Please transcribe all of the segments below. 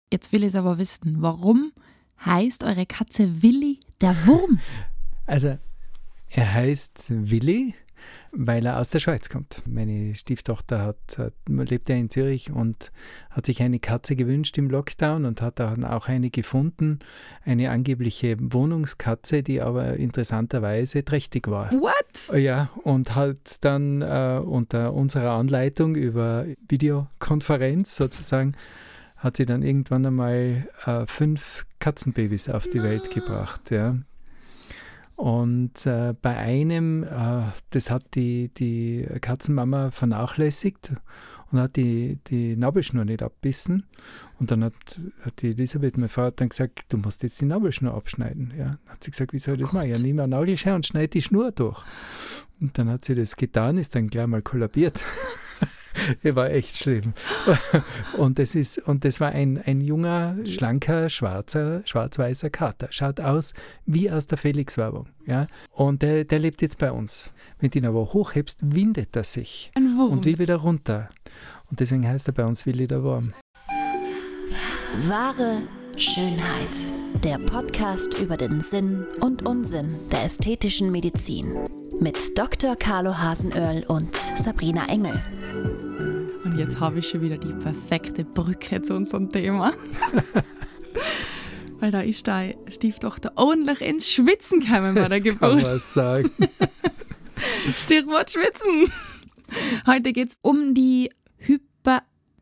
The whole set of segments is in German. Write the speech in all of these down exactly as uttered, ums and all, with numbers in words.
Jetzt will ich es aber wissen, warum heißt eure Katze Willi der Wurm? Also, er heißt Willi, weil er aus der Schweiz kommt. Meine Stieftochter hat, hat, lebt ja in Zürich und hat sich eine Katze gewünscht im Lockdown und hat dann auch eine gefunden, eine angebliche Wohnungskatze, die aber interessanterweise trächtig war. What? Ja, und hat dann äh, unter unserer Anleitung über Videokonferenz sozusagen, hat sie dann irgendwann einmal äh, fünf Katzenbabys auf die Welt gebracht, ja. Und äh, bei einem, äh, das hat die, die Katzenmama vernachlässigt und hat die, die Nabelschnur nicht abbissen. Und dann hat, hat die Elisabeth, meine Frau, dann gesagt, du musst jetzt die Nabelschnur abschneiden. Ja. Dann hat sie gesagt, wie soll ich das machen? Ja, nimm eine Nagelschere und schneid die Schnur durch. Und dann hat sie das getan, ist dann gleich mal kollabiert. Das war echt schlimm. Und das, ist, und das war ein, ein junger, schlanker, schwarzer, schwarz-weißer Kater. Schaut aus wie aus der Felix-Werbung. Ja? Und der, der lebt jetzt bei uns. Wenn du ihn aber hochhebst, windet er sich Ein Wurm. und will wieder runter. Und deswegen heißt er bei uns Willi der Wurm. Wahre Schönheit. Der Podcast über den Sinn und Unsinn der ästhetischen Medizin. Mit Doktor Carlo Hasenöhrl und Sabrina Engel. Und jetzt habe ich schon wieder die perfekte Brücke zu unserem Thema. Weil da ist deine Stieftochter ordentlich ins Schwitzen gekommen bei der Das Geburt. kann man sagen. Stichwort Schwitzen. Heute geht es um die Hyper,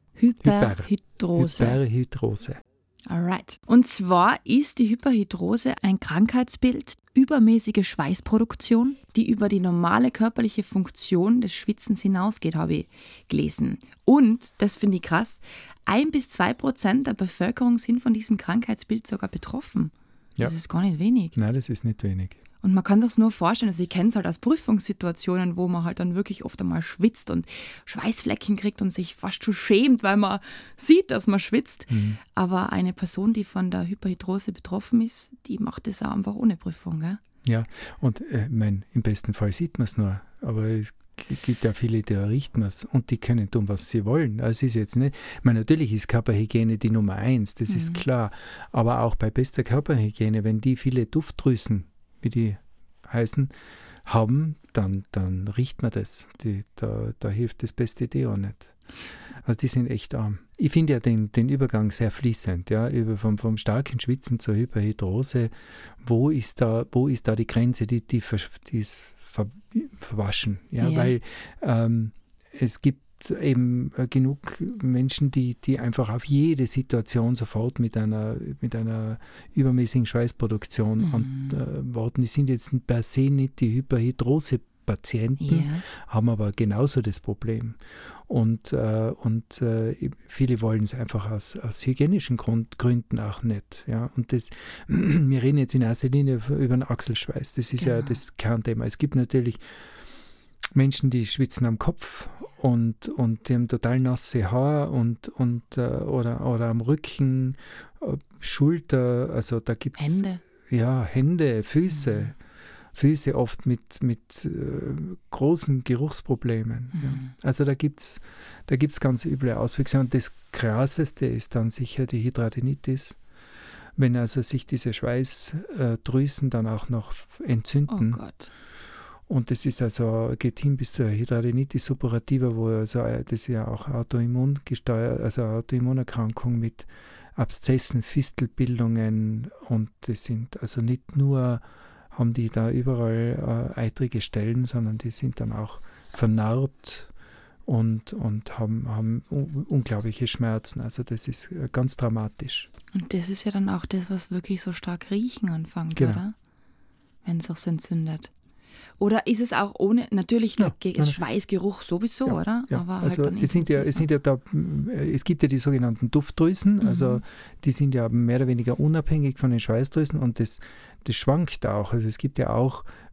Hyperhidrose. Hyperhidrose. Alright. Und zwar ist die Hyperhidrose ein Krankheitsbild, übermäßige Schweißproduktion, die über die normale körperliche Funktion des Schwitzens hinausgeht, habe ich gelesen. Und, das finde ich krass, ein bis zwei Prozent der Bevölkerung sind von diesem Krankheitsbild sogar betroffen. Ja. Das ist gar nicht wenig. Nein, das ist nicht wenig. Und man kann es sich nur vorstellen, also ich kenne es halt aus Prüfungssituationen, wo man halt dann wirklich oft einmal schwitzt und Schweißflecken kriegt und sich fast schon schämt, weil man sieht, dass man schwitzt. Mhm. Aber eine Person, die von der Hyperhidrose betroffen ist, die macht das auch einfach ohne Prüfung, gell? Ja, und äh, mein, im besten Fall sieht man es nur, aber es gibt ja viele, die richten es und die können tun, was sie wollen. Also es ist jetzt nicht, ich meine, natürlich ist Körperhygiene die Nummer eins, das mhm. ist klar, aber auch bei bester Körperhygiene, wenn die viele Duftdrüsen, wie die heißen, haben, dann, dann riecht man das. Die, da, da hilft das beste Deo nicht. Also die sind echt arm. Ich finde ja den, den Übergang sehr fließend, ja, über vom, vom starken Schwitzen zur Hyperhidrose. Wo ist da, wo ist da die Grenze, die, die, die ist ver, verwaschen? Ja, ja. Weil ähm, es gibt eben genug Menschen, die, die einfach auf jede Situation sofort mit einer, mit einer übermäßigen Schweißproduktion mhm. antworten. Die sind jetzt per se nicht die Hyperhidrose-Patienten, ja. haben aber genauso das Problem. Und, äh, und äh, viele wollen es einfach aus, aus hygienischen Grund, Gründen auch nicht. Ja? Und das, wir reden jetzt in erster Linie über den Achselschweiß. Das ist genau. ja das Kernthema. Es gibt natürlich Menschen, die schwitzen am Kopf und, und die haben total nasse Haare und, und, äh, oder, oder am Rücken, äh, Schulter, also da gibt es Hände. Ja, Hände, Füße. Mhm. Füße oft mit, mit äh, großen Geruchsproblemen. Mhm. Ja. Also da gibt es da gibt's ganz üble Auswüchse. Und das Krasseste ist dann sicher die Hidradenitis. Wenn also sich diese Schweißdrüsen dann auch noch entzünden. Oh Gott. Und das ist also, geht hin bis zur Hidradenitis suppurativa, wo also das ist ja auch Autoimmun gesteuert, also Autoimmunerkrankung mit Abszessen, Fistelbildungen, und das sind also nicht nur, haben die da überall äh, eitrige Stellen, sondern die sind dann auch vernarbt und, und haben, haben un- unglaubliche Schmerzen. Also das ist äh, ganz dramatisch. Und das ist ja dann auch das, was wirklich so stark riechen anfängt, genau. oder? Wenn es sich entzündet. Oder ist es auch ohne, natürlich der ja, Ge- Schweißgeruch sowieso, ja, oder? Ja. Aber also halt dann es, sind ja, es, sind ja da, es gibt ja die sogenannten Duftdrüsen, mhm. also die sind ja mehr oder weniger unabhängig von den Schweißdrüsen, und das, das schwankt auch. Also es gibt ja auch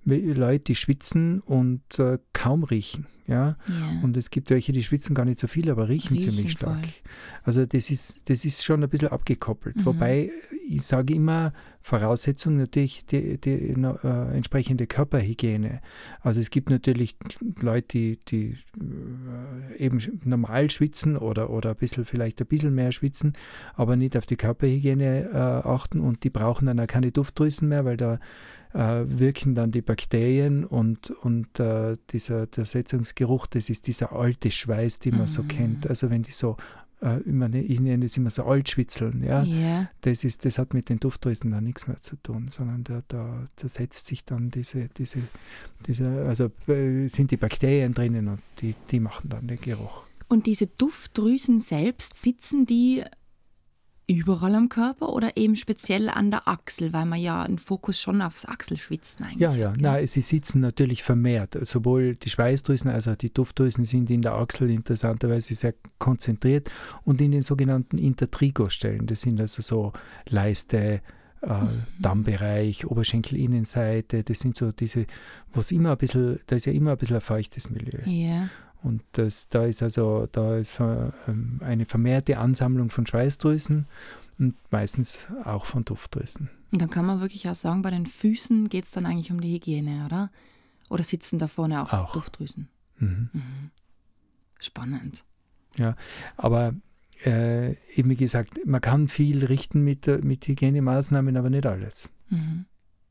Leute, die schwitzen und äh, kaum riechen. Ja? Ja. Und es gibt welche, die schwitzen gar nicht so viel, aber riechen, Riechen ziemlich stark. voll. Also das ist, das ist schon ein bisschen abgekoppelt. Mhm. Wobei, ich sage immer, Voraussetzung natürlich die, die äh, entsprechende Körperhygiene. Also es gibt natürlich Leute, die, die äh, eben normal schwitzen oder, oder ein bisschen, vielleicht ein bisschen mehr schwitzen, aber nicht auf die Körperhygiene äh, achten, und die brauchen dann auch keine Duftdrüsen mehr, weil da äh, wirken dann die Bakterien und, und äh, dieser der Setzungsgeruch, das ist dieser alte Schweiß, den man Mhm. so kennt. Also wenn die so, äh, ich, meine, ich nenne es immer so Altschwitzeln, ja, Ja. das, ist, das hat mit den Duftdrüsen dann nichts mehr zu tun, sondern da, da zersetzt sich dann diese, diese, diese also äh, sind die Bakterien drinnen und die, die machen dann den Geruch. Und diese Duftdrüsen selbst, sitzen die überall am Körper oder eben speziell an der Achsel, weil man ja einen Fokus schon aufs Achselschwitzen eigentlich Ja, ja, hat, nein, sie sitzen natürlich vermehrt. Sowohl die Schweißdrüsen als auch die Duftdrüsen sind in der Achsel interessanterweise sehr konzentriert und in den sogenannten Intertrigo-Stellen. Das sind also so Leiste, äh, Mhm. Dammbereich, Oberschenkelinnenseite. Das sind so diese, wo es immer ein bisschen, da ist ja immer ein bisschen ein feuchtes Milieu. Ja. Und das, da ist also da ist ver, ähm, eine vermehrte Ansammlung von Schweißdrüsen und meistens auch von Duftdrüsen. Und dann kann man wirklich auch sagen, bei den Füßen geht es dann eigentlich um die Hygiene, oder? Oder sitzen da vorne auch, Auch. Duftdrüsen? Mhm. Mhm. Spannend. Aber äh, eben wie gesagt, man kann viel richten mit, äh, mit Hygienemaßnahmen, aber nicht alles. Mhm.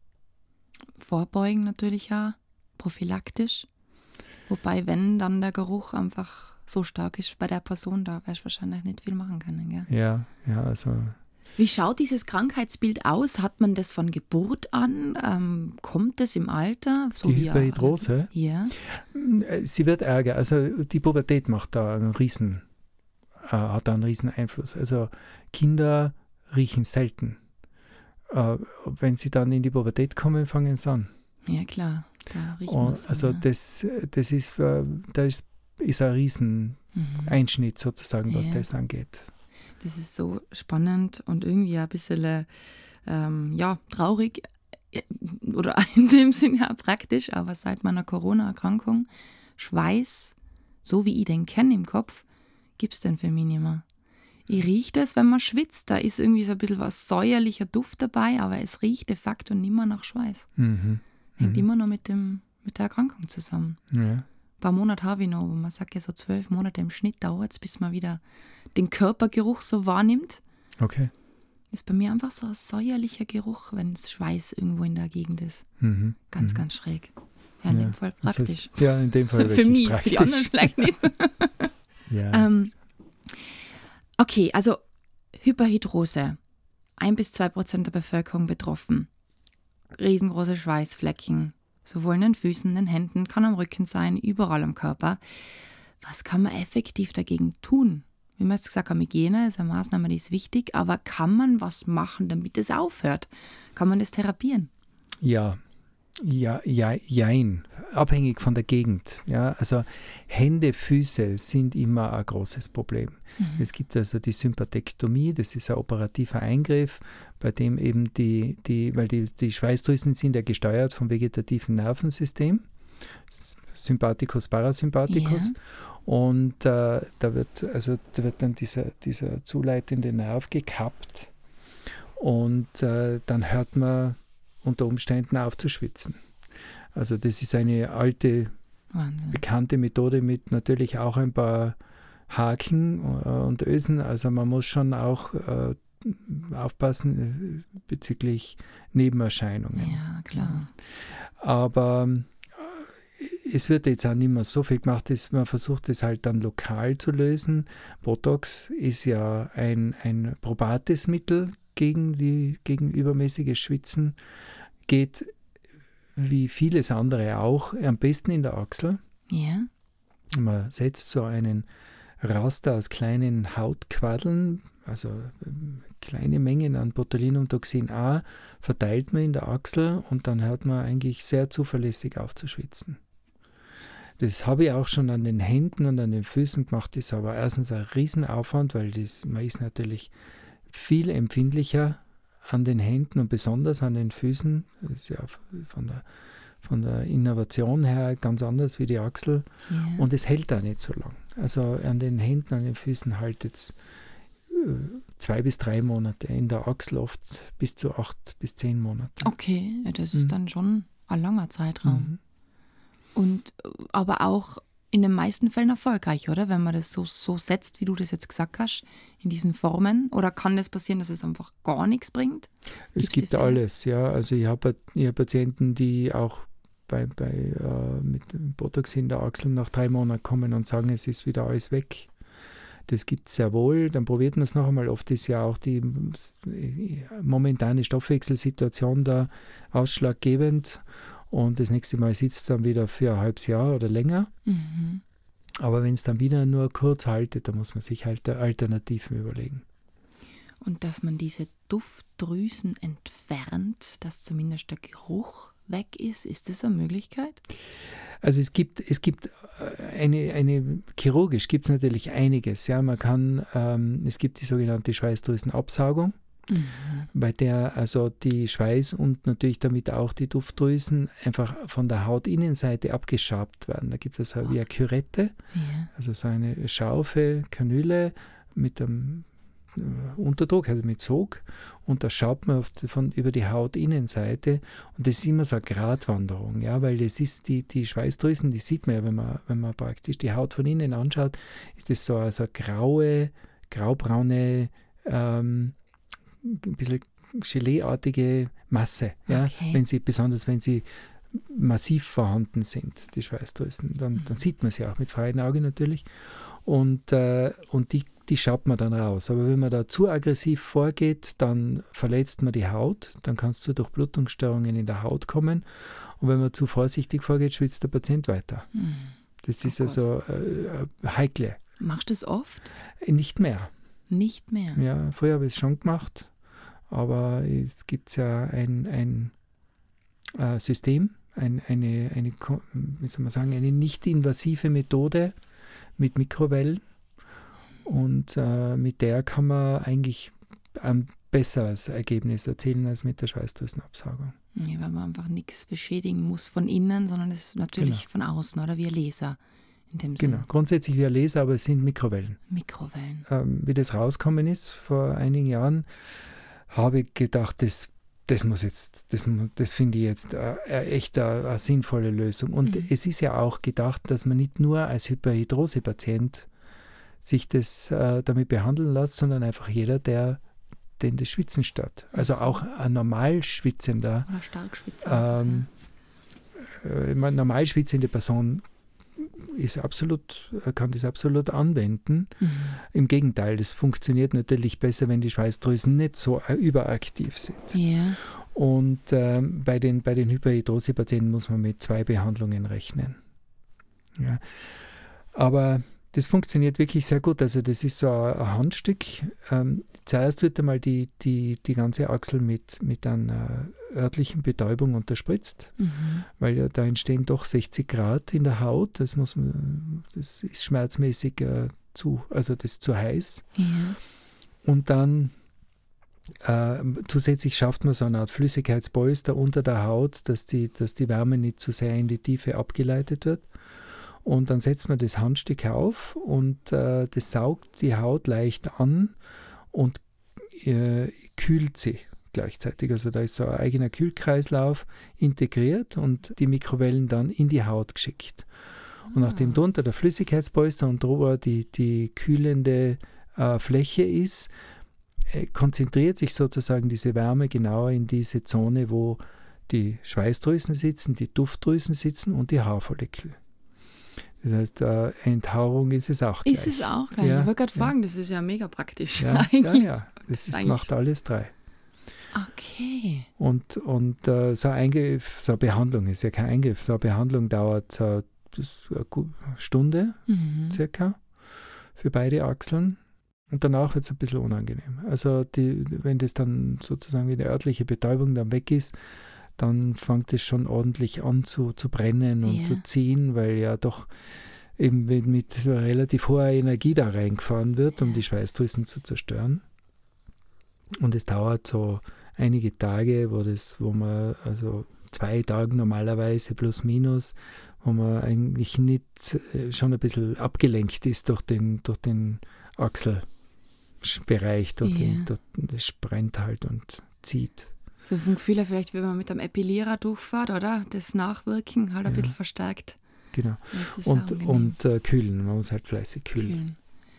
Vorbeugen natürlich auch, prophylaktisch. Wobei, wenn dann der Geruch einfach so stark ist bei der Person, da wirst du wahrscheinlich nicht viel machen können. Gell? Ja, ja, also Wie schaut dieses Krankheitsbild aus? Hat man das von Geburt an? Ähm, kommt es im Alter? So die wie alle- Hyperhidrose, Ja. äh, sie wird ärger. Also die Pubertät macht da einen riesen, äh, hat da einen riesen Einfluss. Also Kinder riechen selten. Äh, wenn sie dann in die Pubertät kommen, fangen sie an. Ja, klar. Da riecht Und man es. also ja. das, das ist, äh, da ist, ist ein riesen Mhm. Einschnitt sozusagen, was Ja. das angeht. Das ist so spannend und irgendwie ein bisschen ähm, ja, traurig äh, oder in dem Sinne auch praktisch, aber seit meiner Corona-Erkrankung, Schweiß, so wie ich den kenne im Kopf, gibt es den für mich nicht mehr. Ich rieche das, wenn man schwitzt, da ist irgendwie so ein bisschen was säuerlicher Duft dabei, aber es riecht de facto nicht mehr nach Schweiß. Mhm. Hängt Mhm. immer noch mit, dem, mit der Erkrankung zusammen. Ja. Ein paar Monate habe ich noch, aber man sagt ja so zwölf Monate im Schnitt dauert es, bis man wieder den Körpergeruch so wahrnimmt. Okay. Ist bei mir einfach so ein säuerlicher Geruch, wenn es Schweiß irgendwo in der Gegend ist. Mhm. Ganz, mhm. ganz schräg. Ja, in Ja, dem Fall das praktisch. heißt, ja, in dem Fall Für wirklich mich, praktisch. für die anderen vielleicht nicht. Ja. ähm, okay, also Hyperhidrose. Ein bis zwei Prozent der Bevölkerung betroffen. Riesengroße Schweißflecken. Sowohl in den Füßen, den Händen, kann am Rücken sein, überall am Körper. Was kann man effektiv dagegen tun? Wie wir jetzt gesagt haben, Hygiene ist eine Maßnahme, die ist wichtig, aber kann man was machen, damit es aufhört? Kann man das therapieren? Ja, ja, ja, jein. Abhängig von der Gegend. Ja, also Hände, Füße sind immer ein großes Problem. Mhm. Es gibt also die Sympathektomie, das ist ein operativer Eingriff, bei dem eben die, die weil die, die Schweißdrüsen sind ja gesteuert vom vegetativen Nervensystem, Sympathikus, Parasympathikus. Ja. Und äh, da wird also da wird dann dieser, dieser zuleitende Nerv gekappt und äh, dann hört man unter Umständen auf zu schwitzen. Also das ist eine alte, Wahnsinn. bekannte Methode mit natürlich auch ein paar Haken äh, und Ösen. Also man muss schon auch äh, aufpassen äh, bezüglich Nebenerscheinungen. Ja, klar. Aber es wird jetzt auch nicht mehr so viel gemacht, dass man versucht, es halt dann lokal zu lösen. Botox ist ja ein, ein probates Mittel gegen, die, gegen übermäßiges Schwitzen, geht wie vieles andere auch am besten in der Achsel. Ja. Man setzt so einen Raster aus kleinen Hautquaddeln, also kleine Mengen an Botulinumtoxin A, verteilt man in der Achsel und dann hört man eigentlich sehr zuverlässig auf zu schwitzen. Das habe ich auch schon an den Händen und an den Füßen gemacht, das ist aber erstens ein Riesenaufwand, weil das, man ist natürlich viel empfindlicher an den Händen und besonders an den Füßen. Das ist ja von der, von der Innovation her ganz anders wie die Achsel. Ja. Und es hält auch nicht so lang. Also an den Händen, an den Füßen halt jetzt äh, zwei bis drei Monate, in der Achsel oft bis zu acht bis zehn Monate. Okay, ja, das ist Mhm. dann schon ein langer Zeitraum. Mhm. Und äh, aber auch in den meisten Fällen erfolgreich, oder? Wenn man das so, so setzt, wie du das jetzt gesagt hast, in diesen Formen. Oder kann das passieren, dass es einfach gar nichts bringt? Es Gibt's die gibt Fälle? alles, ja. Also ich habe ich hab Patienten, die auch bei, bei, äh, mit dem Botox in der Achsel nach drei Monaten kommen und sagen, es ist wieder alles weg. Das gibt es sehr wohl. Dann probiert man es noch einmal. Oft ist ja auch die momentane Stoffwechselsituation da ausschlaggebend. Und das nächste Mal sitzt es dann wieder für ein halbes Jahr oder länger. Mhm. Aber wenn es dann wieder nur kurz haltet, dann muss man sich halt Alternativen überlegen. Und dass man diese Duftdrüsen entfernt, dass zumindest der Geruch weg ist, ist das eine Möglichkeit? Also es gibt, es gibt eine, eine chirurgisch gibt es natürlich einiges. Ja, man kann, ähm, es gibt die sogenannte Schweißdrüsenabsaugung, Mhm. bei der also die Schweiß und natürlich damit auch die Duftdrüsen einfach von der Hautinnenseite abgeschabt werden. Da gibt es also wie eine Kürette, Ja. also so eine scharfe Kanüle mit einem äh, Unterdruck, also mit Sog, und das schaut man auf, von, über die Hautinnenseite, und das ist immer so eine Gratwanderung, ja, weil das ist die, die Schweißdrüsen, die sieht man ja, wenn man, wenn man praktisch die Haut von innen anschaut, ist das so eine, so eine graue, graubraune, ähm, ein bisschen Geleeartige Masse, ja, Okay. wenn sie, besonders wenn sie massiv vorhanden sind, die Schweißdrüsen, dann, Mhm. dann sieht man sie auch mit freiem Auge natürlich, und, äh, und die, die schaut man dann raus. Aber wenn man da zu aggressiv vorgeht, dann verletzt man die Haut, dann kann es zu Durchblutungsstörungen in der Haut kommen, und wenn man zu vorsichtig vorgeht, schwitzt der Patient weiter. Mhm. Das ist Oh also äh, heikle. Machst du es oft? Nicht mehr. Nicht mehr. Ja, früher habe ich es schon gemacht, aber es gibt ja ein, ein äh, System, ein, eine, eine, ko- wie soll man sagen, eine nicht invasive Methode mit Mikrowellen, und äh, mit der kann man eigentlich ein besseres Ergebnis erzielen als mit der Schweißdrüsenabsaugung. Ja, weil man einfach nichts beschädigen muss von innen, sondern es ist natürlich Genau. von außen, oder wie ein Laser in dem Genau, Sinn. grundsätzlich wie ein Laser, aber es sind Mikrowellen. Mikrowellen. Ähm, wie das rausgekommen ist vor einigen Jahren, habe ich gedacht, das, das muss jetzt, das, mu- das finde ich jetzt äh, äh, echt eine, eine sinnvolle Lösung. Und Mhm. es ist ja auch gedacht, dass man nicht nur als Hyperhidrose-Patient sich das äh, damit behandeln lässt, sondern einfach jeder, der den das Schwitzen stört. Also auch ein normal schwitzender, Oder stark schwitzen. ähm, äh, eine normal schwitzende Person ist absolut, kann das absolut anwenden. Mhm. Im Gegenteil, das funktioniert natürlich besser, wenn die Schweißdrüsen nicht so äh, überaktiv sind. Ja. Und ähm, bei den, bei den Hyperhidrose-Patienten muss man mit zwei Behandlungen rechnen. Ja. Aber das funktioniert wirklich sehr gut. Also das ist so ein, ein Handstück. Ähm, zuerst wird einmal die, die, die ganze Achsel mit, mit einer örtlichen Betäubung unterspritzt, Mhm. weil ja da entstehen doch sechzig Grad in der Haut. Das muss man, das ist schmerzmäßig äh, zu, also das ist zu heiß. Ja. Und dann äh, zusätzlich schafft man so eine Art Flüssigkeitspolster unter der Haut, dass die, dass die Wärme nicht zu sehr in die Tiefe abgeleitet wird. Und dann setzt man das Handstück auf, und äh, das saugt die Haut leicht an und äh, kühlt sie gleichzeitig. Also da ist so ein eigener Kühlkreislauf integriert und die Mikrowellen dann in die Haut geschickt. Und nachdem drunter der Flüssigkeitspolster und drüber die, die kühlende äh, Fläche ist, äh, konzentriert sich sozusagen diese Wärme genauer in diese Zone, wo die Schweißdrüsen sitzen, die Duftdrüsen sitzen und die Haarfollikel. Das heißt, äh, Enthaarung ist es auch gleich. Ist es auch gleich? Ja, Ich wollte gerade ja. fragen, das ist ja mega praktisch. Ja, ja, eigentlich. ja. Das, ist, eigentlich macht alles drei. Okay. Und, und äh, so ein Eingriff, so eine Behandlung ist ja kein Eingriff, so eine Behandlung dauert so das eine gu- Stunde Mhm. circa für beide Achseln, und danach wird es ein bisschen unangenehm. Also die, wenn das dann sozusagen wie eine örtliche Betäubung dann weg ist, dann fängt es schon ordentlich an zu, zu brennen und Ja. zu ziehen, weil ja doch eben mit, mit so relativ hoher Energie da reingefahren wird, um Ja. die Schweißdrüsen zu zerstören. Und es dauert so einige Tage, wo, das, wo man also zwei Tagen normalerweise plus minus, wo man eigentlich nicht äh, schon ein bisschen abgelenkt ist durch den, durch den Achselbereich, durch Ja. den, durch, das sprengt halt und zieht. So vom Gefühl her vielleicht, wenn man mit einem Epilierer durchfährt, oder? Das Nachwirken halt ein Ja. bisschen verstärkt. Genau. Das ist Und, angenehm. und äh, kühlen, man muss halt fleißig kühlen. Kühlen.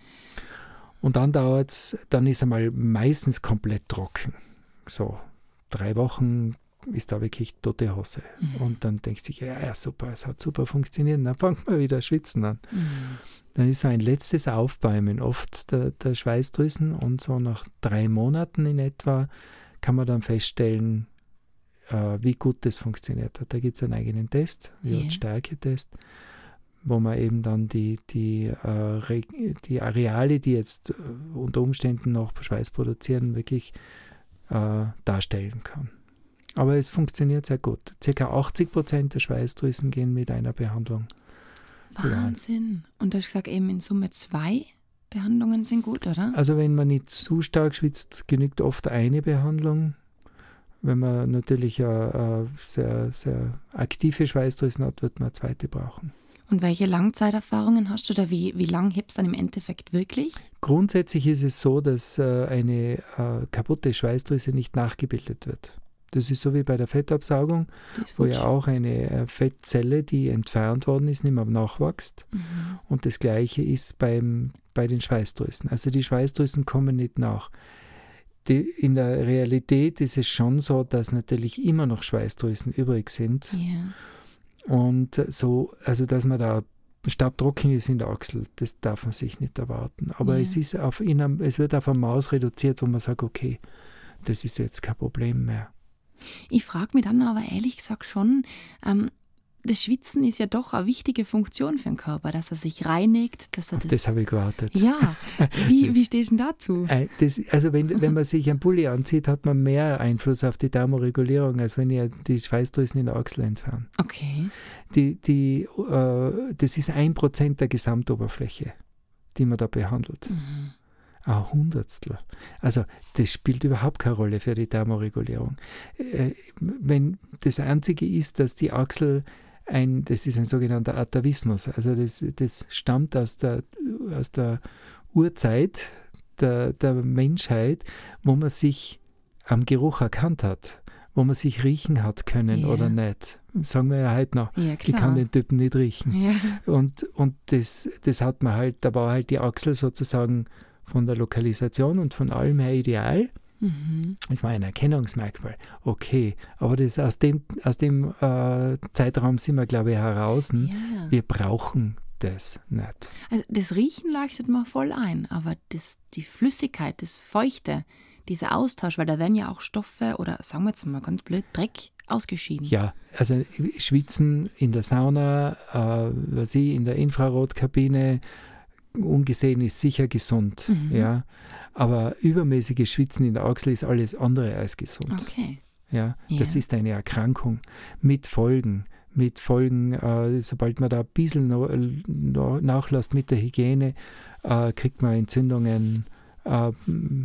Und dann dauert es, dann ist einmal meistens komplett trocken. So drei Wochen ist da wirklich tote Hose. Mhm. Und dann denkt sich, ja, ja, super, es hat super funktioniert. Und dann fängt man wieder schwitzen an. Mhm. Dann ist so ein letztes Aufbäumen oft der, der Schweißdrüsen und so nach drei Monaten in etwa kann man dann feststellen, äh, wie gut das funktioniert hat. Da gibt es einen eigenen Test, Ja. einen Stärketest, wo man eben dann die, die, äh, Re- die Areale, die jetzt äh, unter Umständen noch Schweiß produzieren, wirklich äh, darstellen kann. Aber es funktioniert sehr gut. Circa achtzig Prozent der Schweißdrüsen gehen mit einer Behandlung verloren. Wahnsinn. Und du hast gesagt, eben in Summe zwei Behandlungen sind gut, oder? Also wenn man nicht zu stark schwitzt, genügt oft eine Behandlung. Wenn man natürlich äh, äh, sehr, sehr aktive Schweißdrüsen hat, wird man eine zweite brauchen. Und welche Langzeiterfahrungen hast du da? Wie, wie lang hebst du dann im Endeffekt wirklich? Grundsätzlich ist es so, dass äh, eine äh, kaputte Schweißdrüse nicht nachgebildet wird. Das ist so wie bei der Fettabsaugung, Die ist wo futsch. ja auch eine äh, Fettzelle, die entfernt worden ist, nicht mehr nachwächst. Mhm. Und das Gleiche ist beim, bei den Schweißdrüsen. Also die Schweißdrüsen kommen nicht nach. Die, in der Realität ist es schon so, dass natürlich immer noch Schweißdrüsen übrig sind. Ja. Und so, also dass man da staubtrocken ist in der Achsel, das darf man sich nicht erwarten. Aber Ja. es ist auf in einem, es wird auf ein Maß reduziert, wo man sagt, okay, das ist jetzt kein Problem mehr. Ich frage mich dann aber ehrlich gesagt schon, ähm, das Schwitzen ist ja doch eine wichtige Funktion für den Körper, dass er sich reinigt, dass er Auf das... das habe ich gewartet. Ja, wie, wie stehst du denn dazu? Äh, Das, also wenn, wenn man sich einen Pulli anzieht, hat man mehr Einfluss auf die Thermoregulierung, als wenn ihr die Schweißdrüsen in der Achsel entfernt. Okay. Die, die, äh, das ist ein Prozent der Gesamtoberfläche, die man da behandelt. Mhm. Ein Hundertstel. Also das spielt überhaupt keine Rolle für die Thermoregulierung. Äh, wenn das Einzige ist, dass die Achsel ein, das ist ein sogenannter Atavismus, also das, das stammt aus der, aus der Urzeit der, der Menschheit, wo man sich am Geruch erkannt hat, wo man sich riechen hat können Ja. oder nicht. Sagen wir ja heute noch, Ja, ich klar. kann den Typen nicht riechen. Ja. Und, und das, das hat man halt, da war halt die Achsel sozusagen von der Lokalisation und von allem her ideal. Mhm. Es war ein Erkennungsmerkmal. Okay, aber das aus dem, aus dem äh, Zeitraum sind wir, glaube ich, heraus. Ja. Wir brauchen das nicht. Also das Riechen leuchtet mir voll ein, aber das, die Flüssigkeit, das Feuchte, dieser Austausch, weil da werden ja auch Stoffe oder sagen wir jetzt mal ganz blöd, Dreck ausgeschieden. Ja, also Schwitzen in der Sauna, äh, was ich, in der Infrarotkabine, ungesehen ist sicher gesund. Mhm. Ja, aber übermäßiges Schwitzen in der Achsel ist alles andere als gesund. Okay. Ja, Ja. das ist eine Erkrankung mit Folgen. Mit Folgen, äh, sobald man da ein bisschen no, no, nachlässt mit der Hygiene, äh, kriegt man Entzündungen, äh,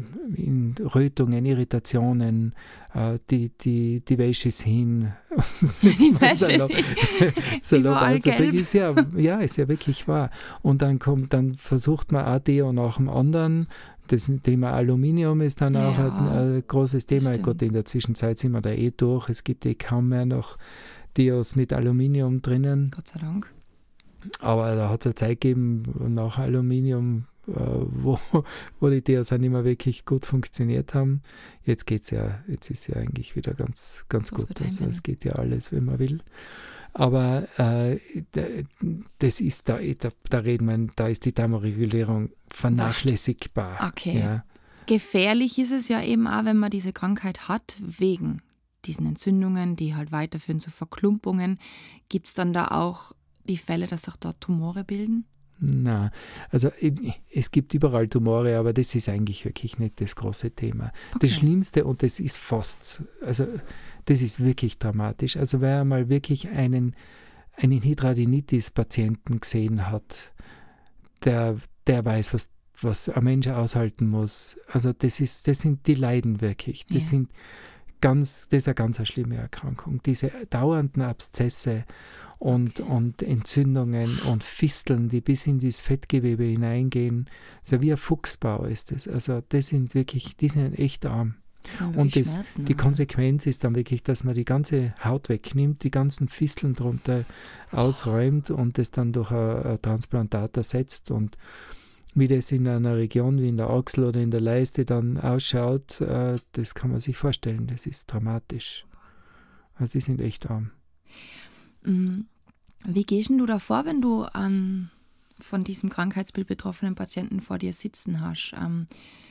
in Rötungen, Irritationen, äh, die, die, die Wäsche ist hin. Die Wäsche Salopp- ist salopp überall ausgedrückt. gelb. Ist ja, ja, ist ja wirklich wahr. Und dann kommt, dann versucht man ein Deo nach dem anderen. Das Thema Aluminium ist dann auch Ja, ein, ein großes Thema. stimmt. Gott, in der Zwischenzeit sind wir da eh durch. Es gibt eh kaum mehr noch Deos mit Aluminium drinnen. Gott sei Dank. Aber da hat es eine Zeit gegeben, nach Aluminium, äh, wo, wo die Deos auch nicht mehr wirklich gut funktioniert haben. Jetzt geht's ja, jetzt ist ja eigentlich wieder ganz, ganz Ganz gut. gut Also einwenden. es geht ja alles, wenn man will. Aber äh, d- das ist da, da, da reden wir, da ist die Thermoregulierung vernachlässigbar. Okay. Ja. Gefährlich ist es ja eben auch, wenn man diese Krankheit hat, wegen diesen Entzündungen, die halt weiterführen zu Verklumpungen. Gibt es dann da auch die Fälle, dass sich da Tumore bilden? Na, also eben, es gibt überall Tumore, aber das ist eigentlich wirklich nicht das große Thema. Okay. Das Schlimmste, und das ist fast, also das ist wirklich dramatisch. Also wer einmal wirklich einen, einen Hidradenitis-Patienten gesehen hat, der, der weiß, was, was ein Mensch aushalten muss. Also das ist, das sind, die leiden wirklich. Das Ja. sind ganz, das ist eine ganz eine schlimme Erkrankung. Diese dauernden Abszesse und, Okay. und Entzündungen und Fisteln, die bis in das Fettgewebe hineingehen. Also wie ein Fuchsbau ist das. Also das sind wirklich, die sind echt arm. Das sind Und wirklich das, Schmerzen. die oder? Konsequenz ist dann wirklich, dass man die ganze Haut wegnimmt, die ganzen Fisteln drunter ausräumt und das dann durch ein, ein Transplantat ersetzt. Und wie das in einer Region wie in der Achsel oder in der Leiste dann ausschaut, äh, das kann man sich vorstellen. Das ist dramatisch. Also die sind echt arm. Mm, Wie gehst denn du da vor, wenn du einen von diesem Krankheitsbild betroffenen Patienten vor dir sitzen hast? Ähm,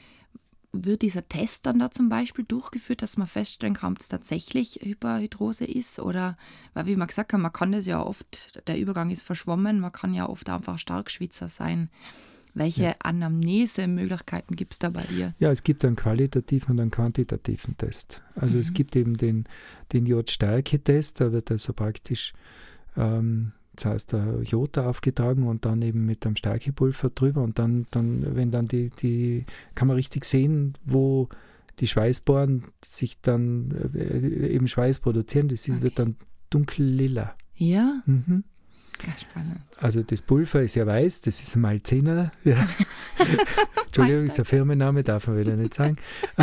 wird dieser Test dann da zum Beispiel durchgeführt, dass man feststellen kann, ob es tatsächlich Hyperhidrose ist? Oder, weil wie man gesagt hat, man kann das ja oft, der Übergang ist verschwommen, man kann ja oft einfach Starkschwitzer sein. Welche Ja. Anamnesemöglichkeiten gibt es da bei dir? Ja, es gibt einen qualitativen und einen quantitativen Test. Also Mhm. es gibt eben den, den Jodstärke-Test, da wird also praktisch ähm, das heißt, der Jod aufgetragen und dann eben mit einem Stärkepulver drüber und dann, dann wenn dann die, die, kann man richtig sehen, wo die Schweißporen sich dann äh, eben Schweiß produzieren, das Okay. wird dann dunkel-lila. Ja, Mhm. ganz spannend. Also das Pulver ist ja weiß, das ist ein Malziner. Ja. Entschuldigung, ist ein Firmenname, darf man wieder nicht sagen.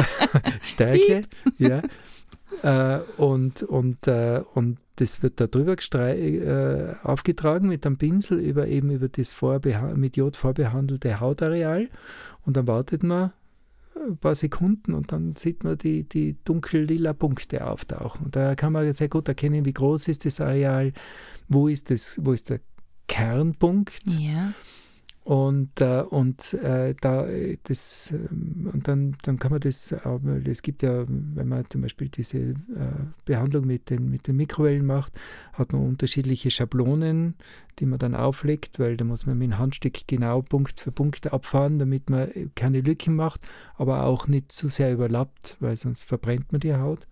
Stärke, ja. Äh, und, und, äh, und das wird da drüber gestrei- äh, aufgetragen mit einem Pinsel über eben über das vorbeha- mit Jod vorbehandelte Hautareal und dann wartet man ein paar Sekunden und dann sieht man die, die dunkel-lila Punkte auftauchen. Und da kann man sehr gut erkennen, wie groß ist das Areal, wo ist, das, wo ist der Kernpunkt. Ja, Und, äh, und, äh, da, äh, das, ähm, und dann, dann kann man das, äh, es gibt ja, wenn man zum Beispiel diese äh, Behandlung mit den, mit den Mikrowellen macht, hat man unterschiedliche Schablonen, die man dann auflegt, weil da muss man mit dem Handstück genau Punkt für Punkt abfahren, damit man keine Lücken macht, aber auch nicht zu sehr überlappt, weil sonst verbrennt man die Haut.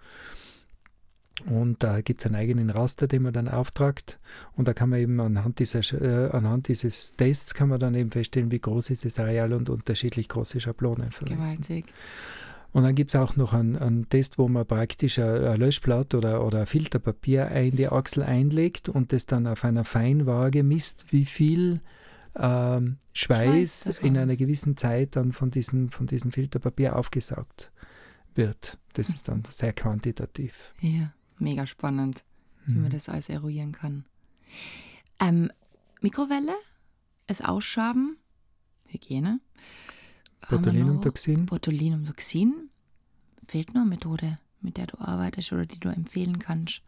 Und da gibt es einen eigenen Raster, den man dann auftragt. Und da kann man eben anhand, dieser, äh, anhand dieses Tests kann man dann eben feststellen, wie groß ist das Areal und unterschiedlich große Schablonen verwenden. gewaltig. Und dann gibt es auch noch einen, einen Test, wo man praktisch ein, ein Löschblatt oder, oder ein Filterpapier in die Achsel einlegt und das dann auf einer Feinwaage misst, wie viel ähm, Schweiß Schweiß in daraus. einer gewissen Zeit dann von diesem, von diesem Filterpapier aufgesaugt wird. Das ist dann sehr quantitativ. Ja, mega spannend, wie man das alles eruieren kann. Ähm, Mikrowelle, es ausschaben, Hygiene. Haben wir noch? Botulinumtoxin. Botulinumtoxin. Fehlt noch eine Methode, mit der du arbeitest oder die du empfehlen kannst?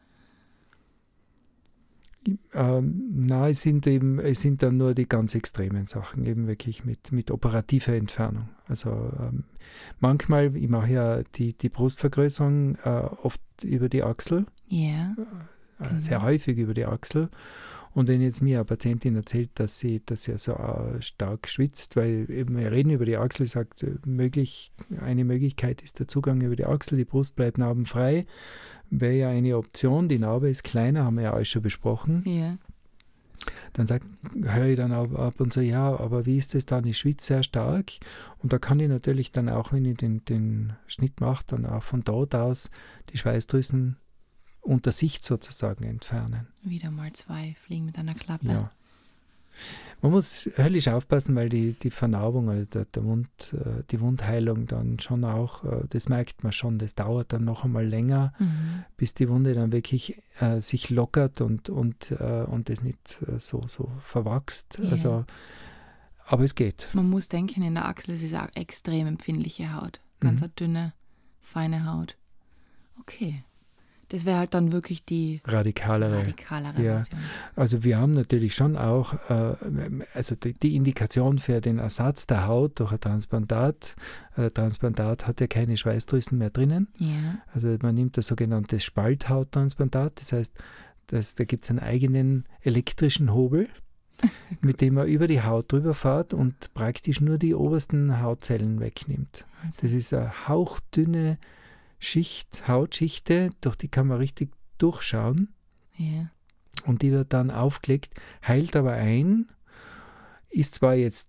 Ähm, na, es sind eben, es sind dann nur die ganz extremen Sachen, eben wirklich mit, mit operativer Entfernung. Also ähm, manchmal, ich mache ja die, die Brustvergrößerung äh, oft über die Achsel, Ja, äh, Genau. sehr häufig über die Achsel. Und wenn jetzt mir eine Patientin erzählt, dass sie, dass sie so äh, stark schwitzt, weil eben wir reden über die Achsel, sagt, äh, möglich, eine Möglichkeit ist der Zugang über die Achsel, die Brust bleibt narbenfrei, wäre ja eine Option, die Narbe ist kleiner, haben wir ja alles schon besprochen. ja. Dann sagt, höre ich dann ab, ab und so, ja, aber wie ist das dann? Ich schwitze sehr stark und da kann ich natürlich dann auch, wenn ich den, den Schnitt mache, dann auch von dort aus die Schweißdrüsen unter Sicht sozusagen entfernen. Wieder mal zwei Fliegen mit einer Klappe. Ja. Man muss höllisch aufpassen, weil die, die Vernarbung oder der, der Wund, äh, die Wundheilung dann schon auch, äh, das merkt man schon, das dauert dann noch einmal länger, Mhm. bis die Wunde dann wirklich äh, sich lockert und, und, äh, und das nicht äh, so, so verwachst. Ja. Also, aber es geht. Man muss denken, in der Achsel ist es auch extrem empfindliche Haut. Ganz Mhm. eine dünne, feine Haut. Okay. Das wäre halt dann wirklich die Radikalere. radikalere Ja. Version. Also wir haben natürlich schon auch, äh, also die, die Indikation für den Ersatz der Haut durch ein Transplantat. Ein Transplantat hat ja keine Schweißdrüsen mehr drinnen. Ja. Also man nimmt das sogenannte Spalthauttransplantat. Das heißt, das, da gibt es einen eigenen elektrischen Hobel, mit dem man über die Haut drüber fährt und praktisch nur die obersten Hautzellen wegnimmt. Also, Das ist eine hauchdünne Schicht, Hautschichte, durch die kann man richtig durchschauen. ja. Und die wird dann aufgelegt, heilt aber ein, ist zwar jetzt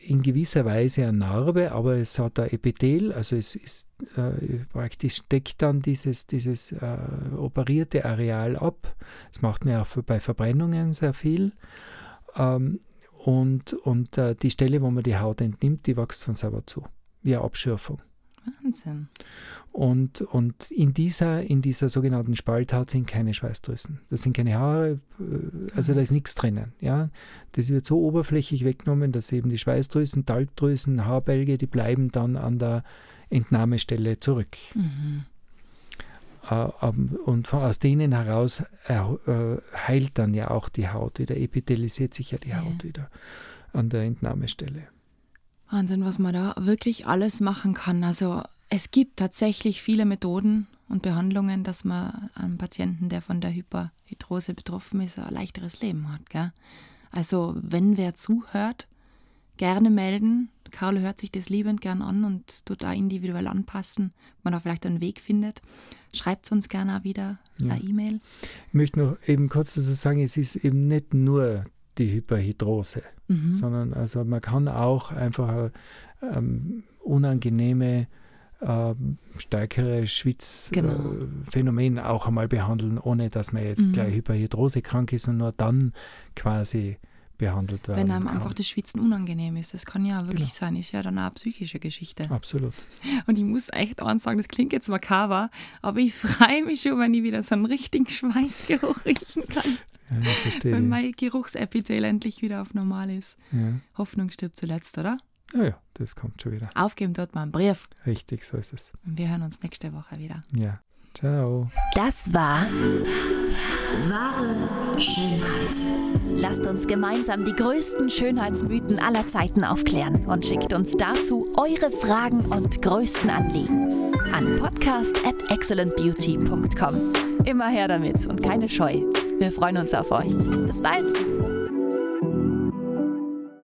in gewisser Weise eine Narbe, aber es hat ein Epithel, also es ist äh, praktisch steckt dann dieses, dieses äh, operierte Areal ab. Das macht man auch für, bei Verbrennungen sehr viel. Ähm, und und äh, die Stelle, wo man die Haut entnimmt, die wächst von selber zu, wie eine Abschürfung. Wahnsinn. Und, und in, dieser, in dieser sogenannten Spalthaut sind keine Schweißdrüsen. Das sind keine Haare, also da ist nichts drinnen. Ja? Das wird so oberflächlich weggenommen, dass eben die Schweißdrüsen, Talgdrüsen, Haarbälge, die bleiben dann an der Entnahmestelle zurück. Mhm. Und von, aus denen heraus äh, heilt dann ja auch die Haut wieder, epithelisiert sich ja die Haut ja. wieder an der Entnahmestelle. Wahnsinn, was man da wirklich alles machen kann. Also es gibt tatsächlich viele Methoden und Behandlungen, dass man einem Patienten, der von der Hyperhidrose betroffen ist, ein leichteres Leben hat. Gell? Also wenn wer zuhört, gerne melden. Carlo hört sich das liebend gern an und tut da individuell anpassen, ob man da vielleicht einen Weg findet. Schreibt es uns gerne auch wieder ja. eine E-Mail. Ich möchte noch eben kurz dazu sagen, es ist eben nicht nur die Hyperhidrose, mhm. sondern also man kann auch einfach ähm, unangenehme, ähm, stärkere Schwitzphänomene genau. äh, auch einmal behandeln, ohne dass man jetzt mhm. gleich Hyperhidrose krank ist und nur dann quasi behandelt werden Wenn einem kann. einfach das Schwitzen unangenehm ist, das kann ja wirklich genau. sein, ist ja dann auch eine psychische Geschichte. Absolut. Und ich muss echt eins sagen, das klingt jetzt makaber, aber ich freue mich schon, wenn ich wieder so einen richtigen Schweißgeruch riechen kann. Ja, verstehe. Wenn mein Geruchsepithel endlich wieder auf normal ist. Ja. Hoffnung stirbt zuletzt, oder? Ja, ja, das kommt schon wieder. Aufgeben dort mal einen Brief. Richtig, so ist es. Und wir hören uns nächste Woche wieder. Ja, ciao. Das war Wahre Schönheit. Lasst uns gemeinsam die größten Schönheitsmythen aller Zeiten aufklären und schickt uns dazu eure Fragen und größten Anliegen an podcast at excellent beauty punkt com. Immer her damit und keine Scheu. Wir freuen uns auf euch. Bis bald!